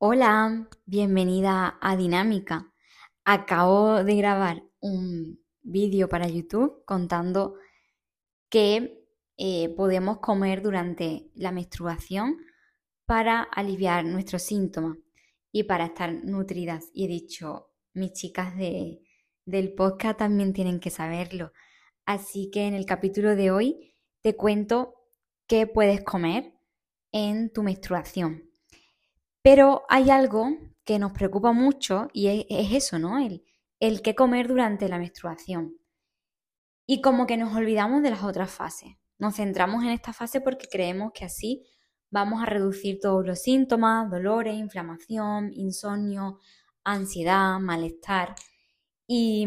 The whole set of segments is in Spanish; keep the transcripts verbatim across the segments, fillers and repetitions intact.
Hola, bienvenida a Dinámica. Acabo de grabar un vídeo para YouTube contando qué eh, podemos comer durante la menstruación para aliviar nuestros síntomas y para estar nutridas. Y he dicho, mis chicas de, del podcast también tienen que saberlo. Así que en el capítulo de hoy te cuento qué puedes comer en tu menstruación. Pero hay algo que nos preocupa mucho y es, es eso, ¿no? El, el qué comer durante la menstruación. Y como que nos olvidamos de las otras fases. Nos centramos en esta fase porque creemos que así vamos a reducir todos los síntomas, dolores, inflamación, insomnio, ansiedad, malestar. Y,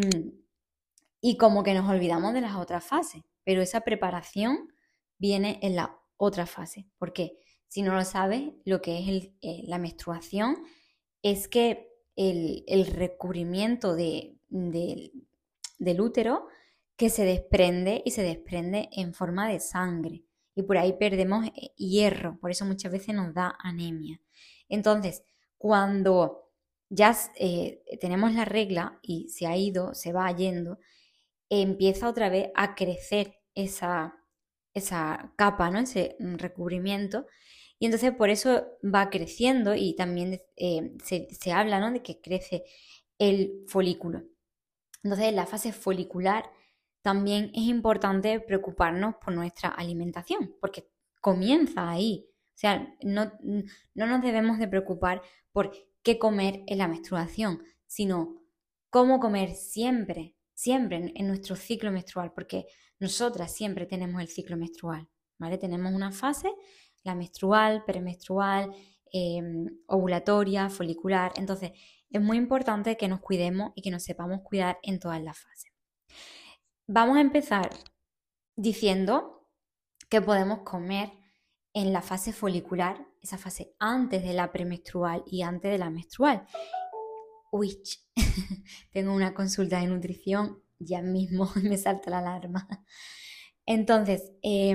y como que nos olvidamos de las otras fases. Pero esa preparación viene en la otra fase. Porque si no lo sabes, lo que es el, eh, la menstruación es que el, el recubrimiento de, de, del útero que se desprende y se desprende en forma de sangre. Y por ahí perdemos hierro, por eso muchas veces nos da anemia. Entonces, cuando ya eh, tenemos la regla y se ha ido, se va yendo, empieza otra vez a crecer esa, esa capa, ¿no? Ese recubrimiento. Y entonces por eso va creciendo y también eh, se, se habla, ¿no? De que crece el folículo. Entonces en la fase folicular también es importante preocuparnos por nuestra alimentación, porque comienza ahí. O sea, no, no nos debemos de preocupar por qué comer en la menstruación, sino cómo comer siempre, siempre en, en nuestro ciclo menstrual, porque nosotras siempre tenemos el ciclo menstrual, ¿vale? Tenemos una fase, la menstrual, premenstrual, eh, ovulatoria, folicular. Entonces, es muy importante que nos cuidemos y que nos sepamos cuidar en todas las fases. Vamos a empezar diciendo que podemos comer en la fase folicular, esa fase antes de la premenstrual y antes de la menstrual. Uy, tengo una consulta de nutrición, ya mismo me salta la alarma. Entonces, eh,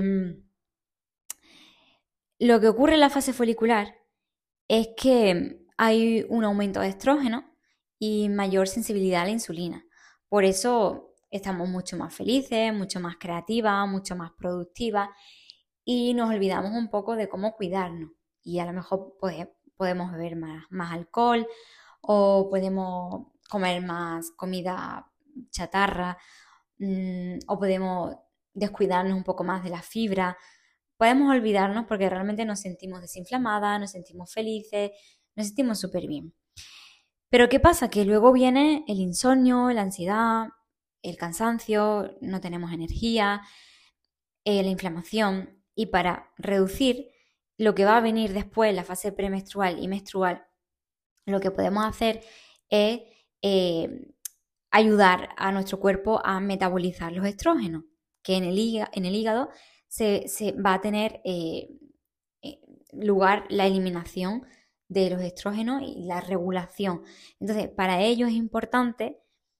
lo que ocurre en la fase folicular es que hay un aumento de estrógeno y mayor sensibilidad a la insulina. Por eso estamos mucho más felices, mucho más creativas, mucho más productivas y nos olvidamos un poco de cómo cuidarnos. Y a lo mejor pues, podemos beber más, más alcohol o podemos comer más comida chatarra mmm, o podemos descuidarnos un poco más de la fibra. Podemos olvidarnos porque realmente nos sentimos desinflamadas, nos sentimos felices, nos sentimos súper bien. Pero ¿qué pasa? Que luego viene el insomnio, la ansiedad, el cansancio, no tenemos energía, eh, la inflamación. Y para reducir lo que va a venir después, la fase premenstrual y menstrual, lo que podemos hacer es eh, ayudar a nuestro cuerpo a metabolizar los estrógenos, que en el hígado, en el hígado se, se, va a tener eh, lugar la eliminación de los estrógenos y la regulación. Entonces, para ello es importante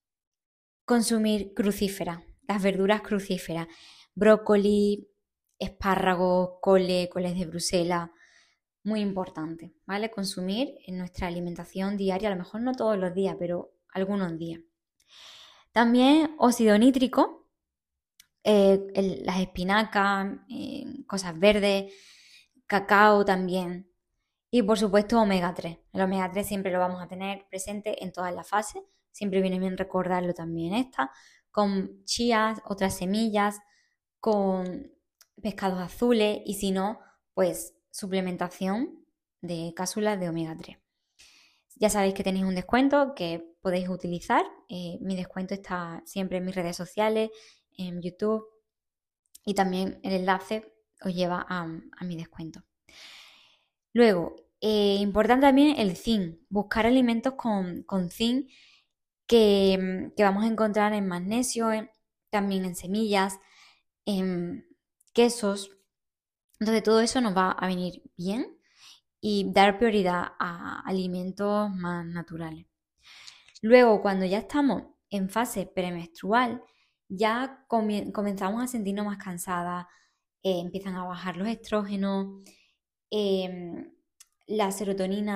consumir crucíferas, las verduras crucíferas, brócoli, espárragos, cole, coles de Bruselas, muy importante, ¿vale? Consumir en nuestra alimentación diaria, a lo mejor no todos los días, pero algunos días. También óxido nítrico, eh, el, las espinacas, eh, cosas verdes, cacao también. Y por supuesto omega tres. El omega tres siempre lo vamos a tener presente en todas las fases. Siempre viene bien recordarlo también esta. Con chías, otras semillas, con pescados azules y si no, pues suplementación de cápsulas de omega tres. Ya sabéis que tenéis un descuento que podéis utilizar. Eh, mi descuento está siempre en mis redes sociales, en YouTube y también el enlace os lleva a, a mi descuento. Luego, eh, importante también el zinc, buscar alimentos con, con zinc que, que, vamos a encontrar en magnesio, en, también en semillas, en quesos. Entonces todo eso nos va a venir bien y dar prioridad a alimentos más naturales. Luego, cuando ya estamos en fase premenstrual, ya comi- comenzamos a sentirnos más cansadas, eh, empiezan a bajar los estrógenos, eh, la serotonina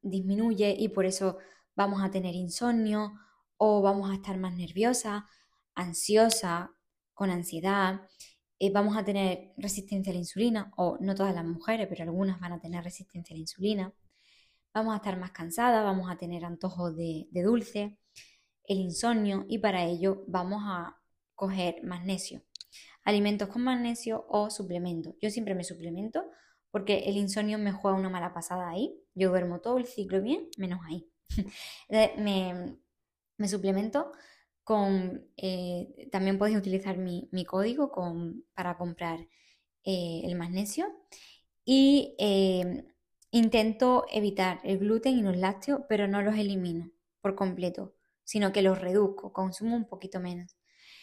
disminuye y por eso vamos a tener insomnio o vamos a estar más nerviosa, ansiosa, con ansiedad, eh, vamos a tener resistencia a la insulina, o no todas las mujeres, pero algunas van a tener resistencia a la insulina. Vamos a estar más cansadas, vamos a tener antojos de, de dulce, el insomnio, y para ello vamos a coger magnesio. Alimentos con magnesio o suplementos. Yo siempre me suplemento porque el insomnio me juega una mala pasada ahí. Yo duermo todo el ciclo bien, menos ahí. me, me suplemento con... Eh, también podéis utilizar mi, mi código con, para comprar eh, el magnesio. Y eh, intento evitar el gluten y los lácteos, pero no los elimino por completo, sino que los reduzco, consumo un poquito menos.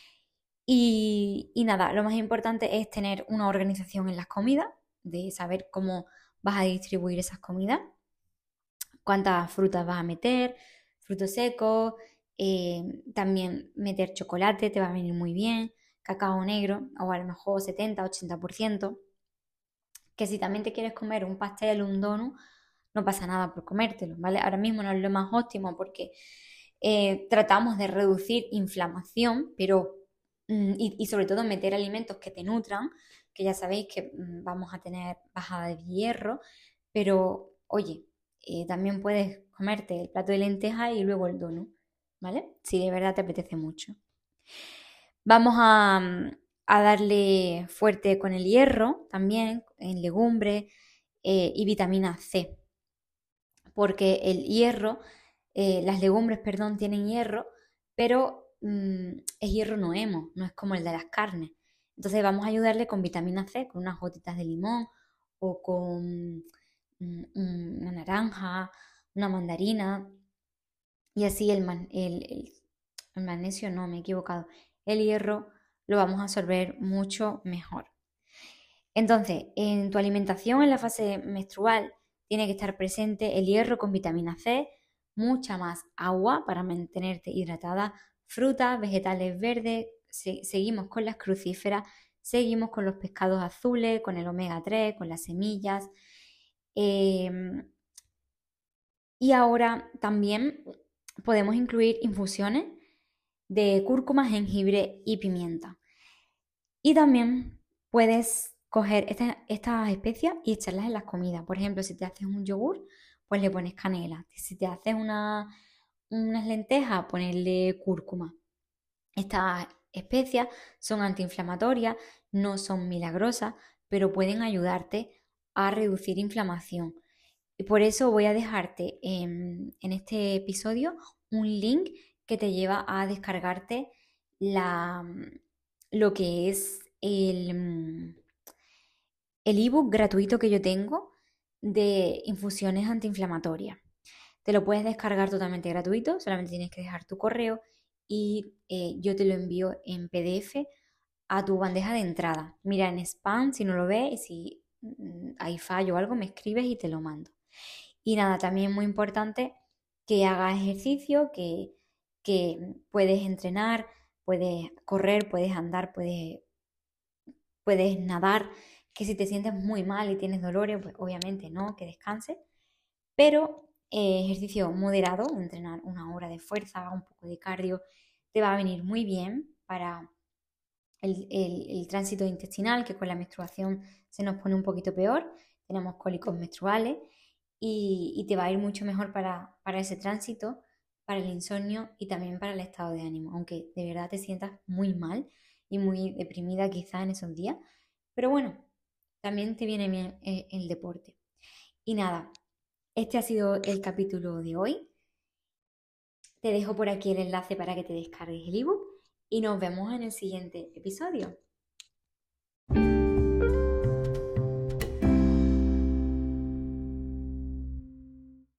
Y, y nada, lo más importante es tener una organización en las comidas, de saber cómo vas a distribuir esas comidas, cuántas frutas vas a meter, frutos secos, eh, también meter chocolate te va a venir muy bien, cacao negro, o a lo mejor setenta, ochenta por ciento. Que si también te quieres comer un pastel, un donut, no pasa nada por comértelo, ¿vale? Ahora mismo no es lo más óptimo porque eh, tratamos de reducir inflamación, pero mm, y, y sobre todo meter alimentos que te nutran, que ya sabéis que mm, vamos a tener bajada de hierro, pero oye, eh, también puedes comerte el plato de lentejas y luego el donut, ¿vale? Si de verdad te apetece mucho. Vamos a, mm, a darle fuerte con el hierro también, en legumbres eh, y vitamina C, porque el hierro, eh, las legumbres, perdón, tienen hierro, pero mm, es hierro no hemo, no es como el de las carnes. Entonces vamos a ayudarle con vitamina C, con unas gotitas de limón o con mm, una naranja, una mandarina, y así el, man- el, el- el magnesio, no, me he equivocado, el hierro lo vamos a absorber mucho mejor. Entonces, en tu alimentación en la fase menstrual tiene que estar presente el hierro con vitamina C, mucha más agua para mantenerte hidratada, frutas, vegetales verdes, se- seguimos con las crucíferas, seguimos con los pescados azules, con el omega tres, con las semillas. em, y ahora también podemos incluir infusiones de cúrcuma, jengibre y pimienta. Y también puedes coger estas estas especias y echarlas en las comidas. Por ejemplo, si te haces un yogur, pues le pones canela. Si te haces una, unas lentejas, ponerle cúrcuma. Estas especias son antiinflamatorias, no son milagrosas, pero pueden ayudarte a reducir inflamación. Y por eso voy a dejarte en, en este episodio un link que te lleva a descargarte la, lo que es el, el ebook gratuito que yo tengo de infusiones antiinflamatorias. Te lo puedes descargar totalmente gratuito, solamente tienes que dejar tu correo y eh, yo te lo envío en P D F a tu bandeja de entrada. Mira en spam si no lo ves y si mm, hay fallo o algo, me escribes y te lo mando. Y nada, también es muy importante que hagas ejercicio, que, que puedes entrenar, puedes correr, puedes andar, puedes, puedes nadar, que si te sientes muy mal y tienes dolores, pues obviamente no, que descanses, pero eh, ejercicio moderado, entrenar una hora de fuerza, un poco de cardio, te va a venir muy bien para el, el, el tránsito intestinal, que con la menstruación se nos pone un poquito peor, tenemos cólicos menstruales y, y te va a ir mucho mejor para, para ese tránsito, para el insomnio y también para el estado de ánimo, aunque de verdad te sientas muy mal y muy deprimida quizá en esos días, pero bueno, también te viene bien eh, el deporte. Y nada, este ha sido el capítulo de hoy. Te dejo por aquí el enlace para que te descargues el ebook y nos vemos en el siguiente episodio.